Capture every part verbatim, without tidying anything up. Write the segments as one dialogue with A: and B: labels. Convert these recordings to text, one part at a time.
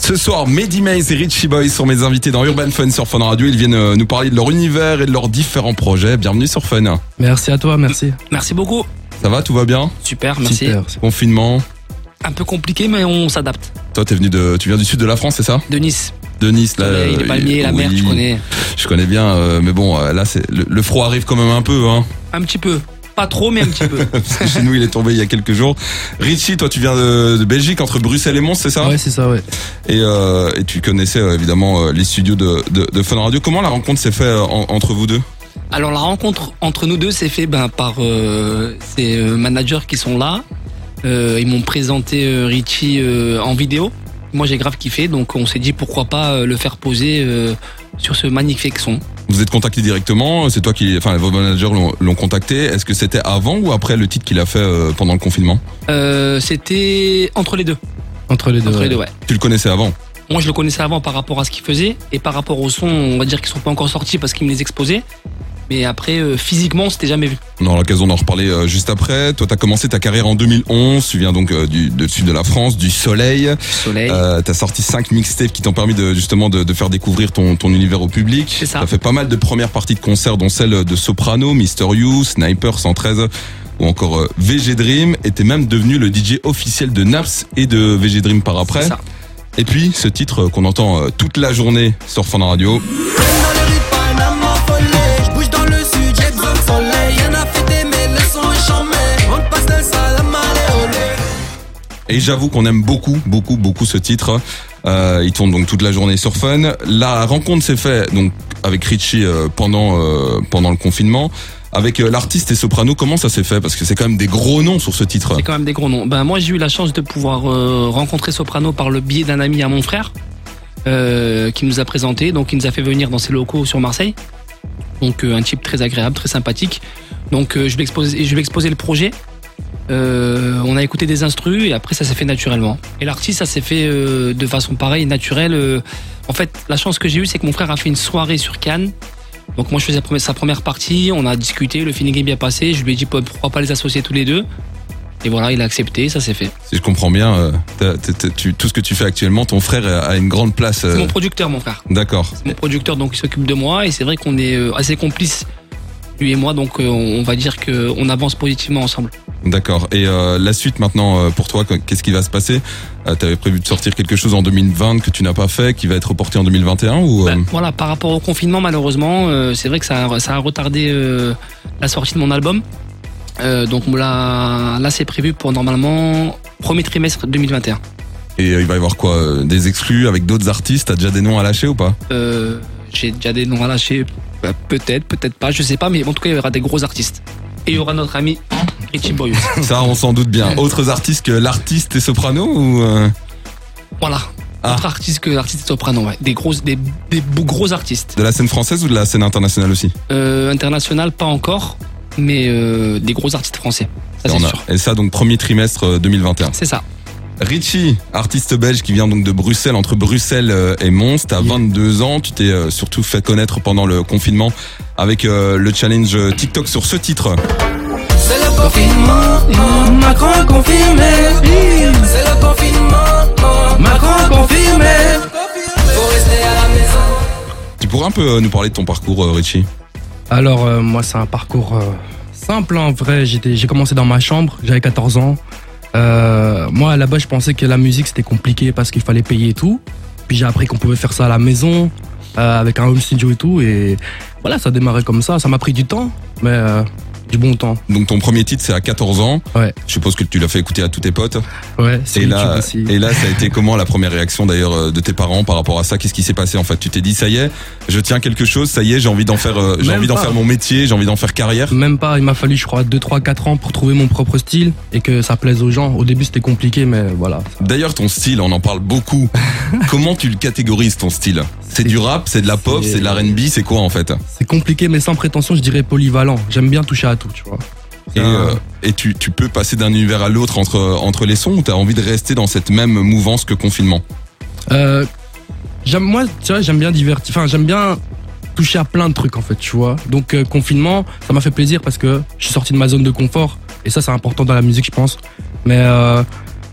A: Ce soir, Mehdi Maize et Richie Boy sont mes invités dans Urban Fun sur Fun Radio. Ils viennent nous parler de leur univers et de leurs différents projets. Bienvenue sur Fun.
B: Merci à toi, merci.
C: Merci beaucoup.
A: Ça va, tout va bien?
C: Super, merci.
B: Super.
A: Confinement?
C: Un peu compliqué, mais on s'adapte.
A: Toi, t'es venu de, tu viens du sud de la France, c'est ça?
C: De Nice.
A: De Nice, là.
C: Ouais, les palmiers, la
A: oui,
C: mer, tu connais.
A: Je connais bien, euh, mais bon, là, c'est le, le froid arrive quand même un peu, hein.
C: Un petit peu. Pas trop, mais un petit peu.
A: Parce que chez nous, il est tombé il y a quelques jours. Richie, toi, tu viens de, de Belgique, entre Bruxelles et Mons, c'est ça?
B: Ouais, c'est ça, ouais.
A: Et, euh, et tu connaissais euh, évidemment euh, les studios de, de, de Fun Radio. Comment la rencontre s'est faite euh, en, entre vous deux?
C: Alors, la rencontre entre nous deux s'est faite ben, par euh, ces euh, managers qui sont là. Euh, ils m'ont présenté euh, Richie euh, en vidéo. Moi, j'ai grave kiffé, donc on s'est dit pourquoi pas euh, le faire poser euh, sur ce magnifique son.
A: Vous êtes contacté directement, c'est toi qui, enfin, vos managers l'ont, l'ont contacté. Est-ce que c'était avant ou après le titre qu'il a fait euh, pendant le confinement?
C: euh, C'était entre les deux.
B: Entre les deux.
C: Entre
B: ouais.
C: les deux, ouais.
A: Tu le connaissais avant?
C: Moi, je le connaissais avant par rapport à ce qu'il faisait et par rapport au son, on va dire qu'ils sont pas encore sortis parce qu'il me les exposait. Mais après, euh, physiquement, on s'était jamais vu.
A: On aura l'occasion d'en reparler euh, juste après. Toi, t'as commencé ta carrière en deux mille onze. Tu viens donc euh, du de sud de la France, du soleil.
C: Soleil.
A: Euh, t'as sorti cinq mixtapes qui t'ont permis de justement de, de faire découvrir ton ton univers au public.
C: C'est ça.
A: T'as fait pas mal de premières parties de concerts, dont celle de Soprano, Mister You, Sniper cent treize ou encore euh, V G Dream. Et t'es même devenu le D J officiel de Naps et de V G Dream par après.
C: C'est ça.
A: Et puis ce titre qu'on entend euh, toute la journée sur Fun Radio. Et j'avoue qu'on aime beaucoup, beaucoup, beaucoup ce titre. Euh, il tourne donc toute la journée sur Fun. La rencontre s'est faite donc avec Richie euh, pendant euh, pendant le confinement. Avec euh, l'artiste et Soprano, comment ça s'est fait? Parce que c'est quand même des gros noms sur ce titre.
C: C'est quand même des gros noms. Ben moi j'ai eu la chance de pouvoir euh, rencontrer Soprano par le biais d'un ami à mon frère euh, qui nous a présenté. Donc il nous a fait venir dans ses locaux sur Marseille. Donc euh, un type très agréable, très sympathique. Donc euh, je lui ai exposé, je lui ai exposé le projet. Euh, on a écouté des instrus et après ça s'est fait naturellement. Et l'artiste ça s'est fait euh, de façon pareille, naturelle. Euh, en fait, la chance que j'ai eue, c'est que mon frère a fait une soirée sur Cannes. Donc moi je faisais sa première partie, on a discuté, le feeling est bien passé. Je lui ai dit pourquoi pas les associer tous les deux. Et voilà, il a accepté, ça s'est fait.
A: Si je comprends bien, euh, t'as, t'as, t'as, tu, tout ce que tu fais actuellement, ton frère a une grande place. Euh...
C: C'est mon producteur, mon frère.
A: D'accord.
C: C'est mon producteur, donc il s'occupe de moi et c'est vrai qu'on est assez complices, lui et moi, donc euh, on va dire qu'on avance positivement ensemble.
A: D'accord. Et euh, la suite maintenant euh, pour toi, qu'est-ce qui va se passer? euh, T'avais prévu de sortir quelque chose en deux mille vingt que tu n'as pas fait, qui va être reporté en deux mille vingt et un ou euh...
C: ben, voilà, par rapport au confinement, malheureusement, euh, c'est vrai que ça a, ça a retardé euh, la sortie de mon album. Euh, donc là, là, c'est prévu pour normalement premier trimestre deux mille vingt et un.
A: Et euh, il va y avoir quoi? euh, Des exclus avec d'autres artistes? T'as déjà des noms à lâcher ou pas?
C: euh, J'ai déjà des noms à lâcher. Ben, peut-être, peut-être pas, je sais pas, mais en tout cas, il y aura des gros artistes. Et il y aura notre ami Richie Boy aussi.
A: Ça, on s'en doute bien. Autres artistes que l'artiste et Soprano ou euh...
C: Voilà.
A: Ah.
C: Autre artiste que l'artiste et Soprano, ouais. Des gros, des, des gros artistes.
A: De la scène française ou de la scène internationale aussi?
C: euh, International, pas encore, mais euh, des gros artistes français. Ça, c'est
A: a...
C: sûr.
A: Et ça, donc premier trimestre deux mille vingt et un.
C: C'est ça.
A: Richie, artiste belge qui vient donc de Bruxelles, entre Bruxelles et Mons. T'as vingt-deux ans, tu t'es euh, surtout fait connaître pendant le confinement avec euh, le challenge TikTok sur ce titre.
D: C'est le confinement, Macron confirmé. C'est le confinement, Macron confirmé. Faut rester à la maison.
A: Tu pourrais un peu nous parler de ton parcours, euh, Richie?
B: Alors, euh, moi, c'est un parcours euh, simple, en vrai. J'étais, j'ai commencé dans ma chambre, j'avais quatorze ans. Euh, moi, là-bas, je pensais que la musique, c'était compliqué parce qu'il fallait payer et tout. Puis j'ai appris qu'on pouvait faire ça à la maison, euh, avec un home studio et tout. Et voilà, ça a démarré comme ça. Ça m'a pris du temps, mais euh, du bon temps.
A: Donc ton premier titre, c'est à quatorze ans.
B: Ouais.
A: Je suppose que tu l'as fait écouter à tous tes potes.
B: Ouais, c'est
A: Et là,
B: aussi.
A: et là, ça a été comment la première réaction d'ailleurs de tes parents par rapport à ça? Qu'est-ce qui s'est passé en fait? Tu t'es dit, ça y est, je tiens quelque chose, ça y est, j'ai envie d'en faire, euh, j'ai
B: Même
A: envie d'en
B: pas.
A: faire mon métier, j'ai envie d'en faire carrière.
B: Même pas, il m'a fallu, je crois, deux, trois, quatre ans pour trouver mon propre style et que ça plaise aux gens. Au début, c'était compliqué, mais voilà.
A: D'ailleurs, ton style, on en parle beaucoup. Comment tu le catégorises ton style? C'est du rap, c'est de la pop,
B: C'est-
A: c'est de l'R and B, c'est quoi en fait?
B: C'est compliqué, mais sans prétention, je dirais polyvalent. J'aime bien toucher à tout, tu vois.
A: Et, euh, et tu, tu peux passer d'un univers à l'autre entre, entre les sons ou t'as envie de rester dans cette même mouvance que confinement?
B: Euh, j'aime, moi, tu vois, j'aime bien divertir. Enfin, j'aime bien toucher à plein de trucs, en fait, tu vois. Donc, euh, confinement, ça m'a fait plaisir parce que je suis sorti de ma zone de confort. Et ça, c'est important dans la musique, je pense. Mais euh,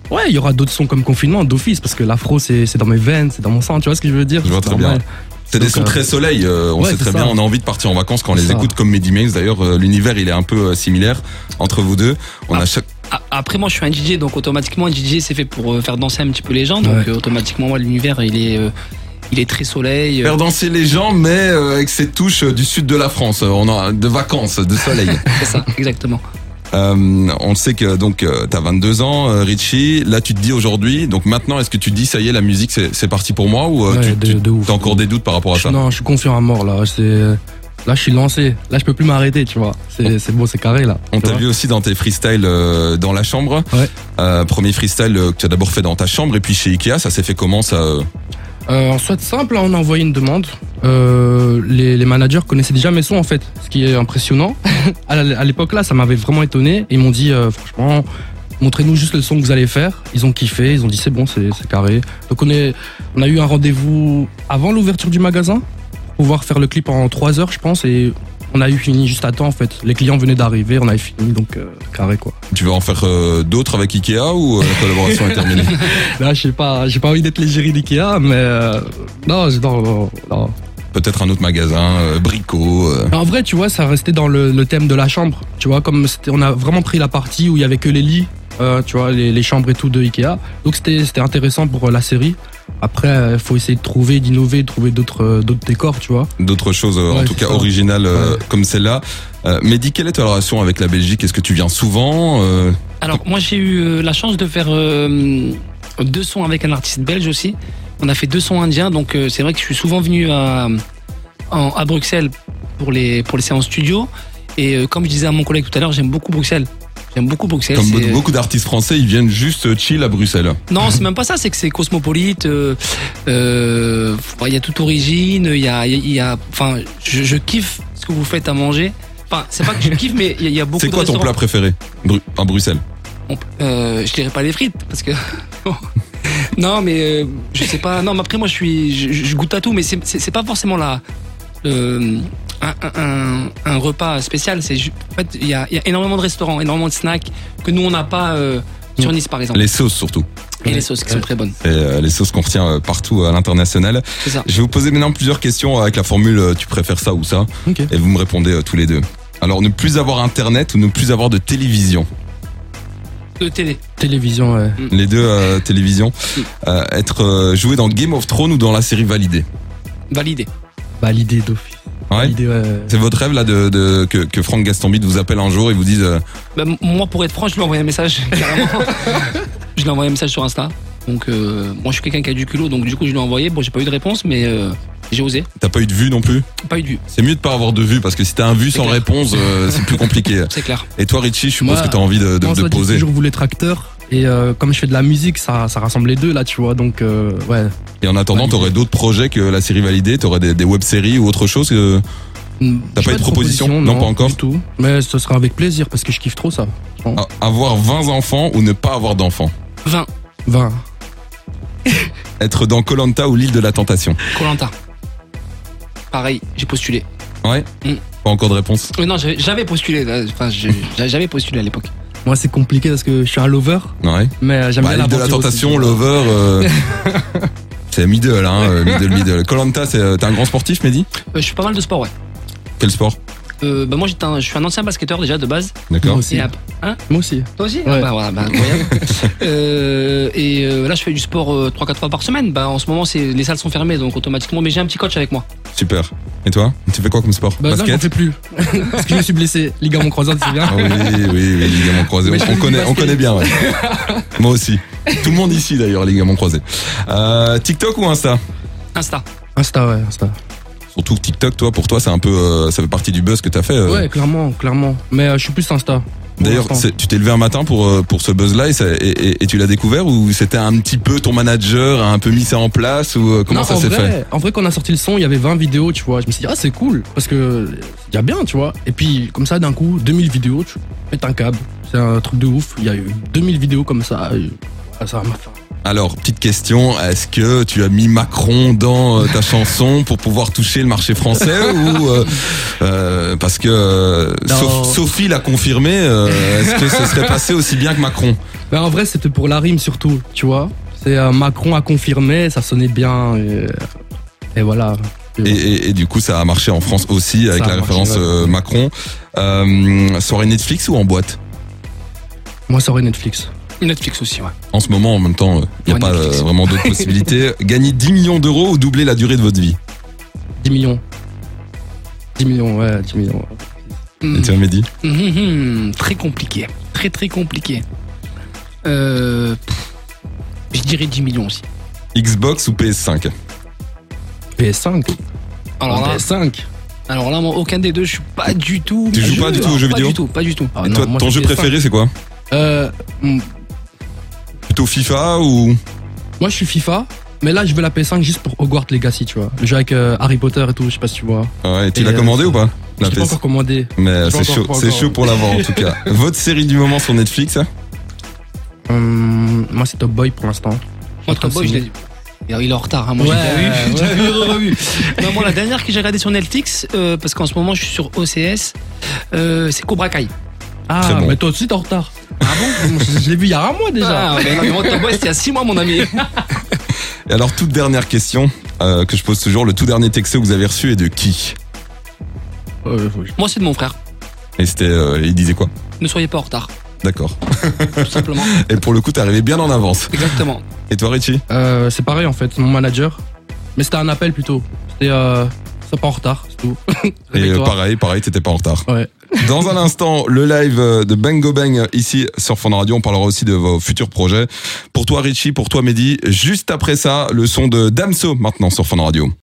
B: Ouais, il y aura d'autres sons comme Confinement d'office parce que l'afro c'est c'est dans mes veines, c'est dans mon sang, tu vois ce que je veux dire?
A: Je vois
B: C'est
A: très
B: normal.
A: bien. C'est des
B: Donc,
A: sons
B: euh,
A: très soleil, euh, on
B: ouais,
A: sait
B: c'est
A: très
B: ça.
A: bien, on a envie de partir en vacances quand on
B: C'est
A: les
B: ça.
A: écoute comme Mehdi Max. D'ailleurs, euh, l'univers il est un peu euh, similaire entre vous deux. On
C: Ah.
A: a chaque...
C: A- Après, moi, je suis un D J, donc automatiquement, un D J, c'est fait pour euh, faire danser un petit peu les gens. Donc,
B: Ouais.
C: euh, automatiquement, moi, l'univers, il est, euh, il est très soleil. euh,
A: Faire danser les gens, mais euh, avec ces touches euh, du sud de la France. Euh, On a de vacances, de soleil.
C: C'est ça, exactement.
A: Euh, on sait que donc euh, t'as vingt-deux ans, euh, Richie. Là, tu te dis aujourd'hui. Donc maintenant, est-ce que tu te dis ça y est, la musique, c'est, c'est parti pour moi ou euh,
B: Ouais,
A: tu,
B: de-
A: tu
B: de ouf.
A: t'as encore des doutes par rapport à ça?
B: Non, je suis confiant à mort là. C'est là, je suis lancé. Là, je peux plus m'arrêter, tu vois. C'est c'est bon, c'est carré là.
A: On
B: tu
A: t'a
B: vois.
A: vu aussi dans tes freestyles euh, dans la chambre.
B: Ouais.
A: Euh, premier freestyle euh, que tu as d'abord fait dans ta chambre et puis chez Ikea, ça s'est fait comment ça euh
B: Euh, en soit simple, on a envoyé une demande. Euh, les, les managers connaissaient déjà mes sons en fait, ce qui est impressionnant. à la- à l'époque là, ça m'avait vraiment étonné. Ils m'ont dit euh, franchement, montrez-nous juste le son que vous allez faire. Ils ont kiffé, ils ont dit c'est bon, c'est c'est carré. Donc on est, on a eu un rendez-vous avant l'ouverture du magasin pour pouvoir faire le clip en trois heures, je pense, et on a eu fini juste à temps en fait. Les clients venaient d'arriver, on avait fini, donc euh, carré quoi.
A: Tu veux en faire euh, d'autres avec Ikea ou euh, la collaboration est terminée?
B: Là, je sais pas, j'ai pas envie d'être l'égérie d'Ikea, mais euh, non, je- non, non, non.
A: Peut-être un autre magasin, euh, Brico. euh.
B: En vrai, tu vois, ça restait dans le, le thème de la chambre. Tu vois, comme c'était, on a vraiment pris la partie où il y avait que les lits, euh, tu vois, les, les chambres et tout de Ikea. Donc c'était, c'était intéressant pour euh, la série. Après, il faut essayer de trouver, d'innover, de trouver d'autres, euh, d'autres décors, tu vois.
A: D'autres choses, euh, en
B: Ouais,
A: tout
B: c'est
A: cas
B: ça.
A: originales euh,
B: Ouais.
A: comme celle-là. Euh, Mehdi, quelle est ta relation avec la Belgique? Est-ce que tu viens souvent euh,
C: Alors, moi, j'ai eu euh, la chance de faire euh, deux sons avec un artiste belge aussi. On a fait deux sons indiens, donc euh, c'est vrai que je suis souvent venu à, en- à Bruxelles pour les, pour les séances studio. Et euh, comme je disais à mon collègue tout à l'heure, j'aime beaucoup Bruxelles. J'aime beaucoup Bruxelles.
A: Comme
C: c'est-
A: beaucoup d'artistes français, ils viennent juste chill à Bruxelles.
C: Non, c'est même pas ça, c'est que c'est cosmopolite. euh, euh, Il y a toute origine, il y a, il y a, enfin, je, je kiffe ce que vous faites à manger. Enfin, c'est pas que je kiffe, mais il y a- il y a beaucoup
A: C'est
C: de
A: quoi ton
C: restaurants.
A: plat préféré Bru- à Bruxelles?
C: On- euh, je dirais pas les frites parce que non, mais euh, je sais pas. Non, mais après moi je suis, je, je goûte à tout, mais c'est c'est c'est pas forcément la euh, un, un, un repas spécial. C'est ju- en fait il y a, il y a énormément de restaurants, énormément de snacks que nous on n'a pas euh, sur Nice par exemple.
A: Les sauces surtout.
C: Et les sauces qui sont très bonnes.
A: Et, euh, les sauces qu'on retient euh, partout à l'international.
C: C'est ça.
A: Je vais vous poser maintenant plusieurs questions avec la formule euh, tu préfères ça ou ça,
B: Ok.
A: et vous me répondez euh, tous les deux. Alors, ne plus avoir internet ou ne plus avoir de télévision?
C: De télé.
B: Télévision, ouais.
A: Les deux euh, télévisions. Euh, être euh, joué dans Game of Thrones ou dans la série Validé?
C: Validé.
B: Validé d'office.
A: Ouais.
B: Validé, ouais.
A: C'est votre rêve là de, de que, que Franck Gastambide vous appelle un jour et vous dise euh,
C: Bah, m- moi pour être franc, je lui ai envoyé un message carrément. Je lui ai envoyé un message sur Insta. Donc euh, moi je suis quelqu'un qui a du culot, donc du coup je lui ai envoyé. Bon, j'ai pas eu de réponse, mais euh, j'ai osé.
A: t'as pas eu de vue non plus?
C: Pas eu de vue,
A: C'est mieux de pas avoir de vue parce que si t'as un vue
C: C'est
A: sans
C: clair.
A: réponse, euh, c'est plus compliqué.
C: c'est clair.
A: Et toi, Richie, je suppose
B: Moi-
A: que t'as envie de, de,
B: Moi,
A: de
B: ça, j'ai
A: poser.
B: toujours voulu être acteur. Et euh, comme je fais de la musique, ça, ça rassemble les deux là, tu vois. Donc, euh, ouais.
A: Et en attendant,
B: Validé.
A: t'aurais d'autres projets que la série Validée? T'aurais des, des web-séries ou autre chose que... T'as pas eu de proposition? Non,
B: Non,
A: pas encore.
B: Du tout. Mais ce sera avec plaisir parce que je kiffe trop ça.
A: A- Avoir vingt enfants ou ne pas avoir d'enfants?
C: vingt.
B: vingt.
A: Être dans Koh Lanta ou l'île de la Tentation?
C: Koh-Lanta. Pareil, j'ai postulé.
A: Ouais.
C: Mm.
A: Pas encore de réponse.
C: Euh, non, j'avais j'avais postulé. là. Enfin, je- j'avais postulé à l'époque.
B: Moi, c'est compliqué parce que je suis un lover.
A: Ouais.
B: Mais euh, j'aime
A: Bah,
B: bien
A: l'île de la
B: l'aventure
A: Tentation,
B: aussi, tu vois.
A: Lover, euh, c'est middle, hein, euh, middle, middle. Koh Lanta, c'est, euh, t'es un grand sportif, Mehdi?
C: Euh, je fais pas mal de sport, ouais.
A: Quel sport?
C: Euh, bah moi, j'étais un- je suis un ancien basketteur déjà de base.
A: D'accord.
B: Moi aussi.
C: Et ap- hein
B: Moi aussi.
C: Toi aussi
B: Ouais.
C: Ah bah, voilà, bah, incroyable. euh, et euh, là, je fais du sport euh, trois quatre fois par semaine. Bah, en ce moment, c'est les salles sont fermées, donc automatiquement. Mais j'ai un petit coach avec moi.
A: Super. Et toi? Tu fais quoi comme sport?
B: Bah, là, j'en
A: Basket?
B: fais plus. parce que je me suis blessé. Ligament croisé, c'est bien.
A: Ah oui, oui, oui, ligament croisé.
B: Mais je
A: On,
B: fais du
A: connaît, on
B: basket.
A: connaît bien, ouais. Moi aussi. Tout le monde ici, d'ailleurs, ligament croisé. Euh, TikTok ou Insta?
C: Insta.
B: Insta, ouais, Insta.
A: Surtout que TikTok, toi, pour toi, c'est un peu, euh, ça fait partie du buzz que t'as fait. euh.
B: Ouais, clairement, clairement. Mais euh, je suis plus Insta. pour
A: D'ailleurs,
B: l'instant.
A: c'est- tu t'es levé un matin pour euh, pour ce buzz-là et, ça- et, et- et tu l'as découvert ou c'était un petit peu ton manager a un peu mis ça en place ou euh, comment
B: Non,
A: ça
B: en
A: s'est
B: vrai,
A: fait?
B: En vrai, quand on a sorti le son, il y avait vingt vidéos, tu vois. Je me suis dit, ah, c'est cool, parce que c'est déjà bien, tu vois. Et puis, comme ça, d'un coup, deux mille vidéos, tu pètes un câble. C'est un truc de ouf. Il y a eu deux mille vidéos comme ça. et Ah, ça va me faire.
A: Alors, petite question, est-ce que tu as mis Macron dans euh, ta chanson pour pouvoir toucher le marché français ou euh, euh, parce que euh, Soph- Sophie l'a confirmé, euh, est-ce que ce serait passé aussi bien que Macron?
B: Ben, en vrai, c'était pour la rime surtout, tu vois. C'est euh, Macron a confirmé, ça sonnait bien et, et voilà.
A: Et, et, et du coup, ça a marché en France aussi avec
B: Ça a
A: la
B: marché,
A: référence
B: ouais.
A: euh, Macron. Euh, soirée Netflix ou en boîte?
B: Moi, ça aurait Netflix.
C: Netflix aussi, ouais.
A: En ce moment, en même temps, il n'y a
C: Ouais,
A: pas euh,
C: Netflix.
A: vraiment d'autres possibilités. Gagner dix millions d'euros ou doubler la durée de votre vie?
B: dix millions. dix millions, ouais, dix millions.
C: Mm.
A: Et tu as Mehdi?
C: Hum, hum, très compliqué. Très très compliqué. Euh, pff, je dirais dix millions aussi.
A: Xbox ou P S cinq?
B: P S cinq.
C: Alors là,
B: P S cinq.
C: alors là, moi, aucun des deux, je suis pas du tout.
A: Tu joues pas du tout aux jeux
C: Pas
A: vidéo?
C: du tout, pas du tout.
B: Ah
A: Et
B: non,
A: toi,
B: moi,
A: ton
B: c'est
A: jeu
B: P S cinq.
A: préféré, c'est quoi?
B: Euh, mm,
A: Plutôt FIFA ou?
B: moi, je suis FIFA. Mais là, je veux la P S cinq juste pour Hogwarts Legacy, tu vois. Le jeu avec euh, Harry Potter et tout, je sais pas si tu vois.
A: Ouais, tu
B: Et,
A: l'as
B: euh,
A: commandé ou pas? La
B: Je l'ai
A: P S.
B: pas encore commandé.
A: Mais
B: J'ai
A: c'est
B: pas
A: chaud,
B: encore, pas
A: c'est
B: encore.
A: chaud pour l'avoir en tout cas. Votre série du moment sur Netflix?
B: Hum, moi, c'est Top Boy pour l'instant.
C: Moi, Top Boy, je l'ai- il est en retard, hein, moi
B: Ouais,
C: j'ai déjà vu,
B: ouais.
C: j'ai vu, revu. Non, moi la dernière que j'ai regardée sur Netflix, euh, parce qu'en ce moment je suis sur O C S, euh, c'est Cobra Kai.
B: Ah,
A: Très bon.
B: mais toi aussi, t'es en retard. Ah bon? Je, je l'ai vu il y a un mois déjà.
C: Ah, mais non, mais moi Top Boy c'était il y a six mois mon ami.
A: Et alors, toute dernière question euh, que je pose toujours, le tout dernier texto que vous avez reçu est de qui?
B: Euh, oui.
C: Moi c'est de mon frère.
A: Et c'était, euh, il disait quoi?
C: Ne soyez pas en retard,
A: D'accord.
C: tout simplement.
A: Et pour le coup, t'es arrivé bien en avance.
C: Exactement.
A: Et toi, Richie?
B: Euh, c'est pareil en fait, mon manager. Mais c'était un appel plutôt. C'était euh, c'est pas en retard, c'est tout.
A: Et euh,
B: Réveille-toi.
A: pareil, pareil, t'étais pas en retard.
B: Ouais.
A: Dans un instant, le live de Bang Go Bang ici sur Fun Radio. On parlera aussi de vos futurs projets. Pour toi, Richie, pour toi, Mehdi. Juste après ça, le son de Damso maintenant sur Fun Radio.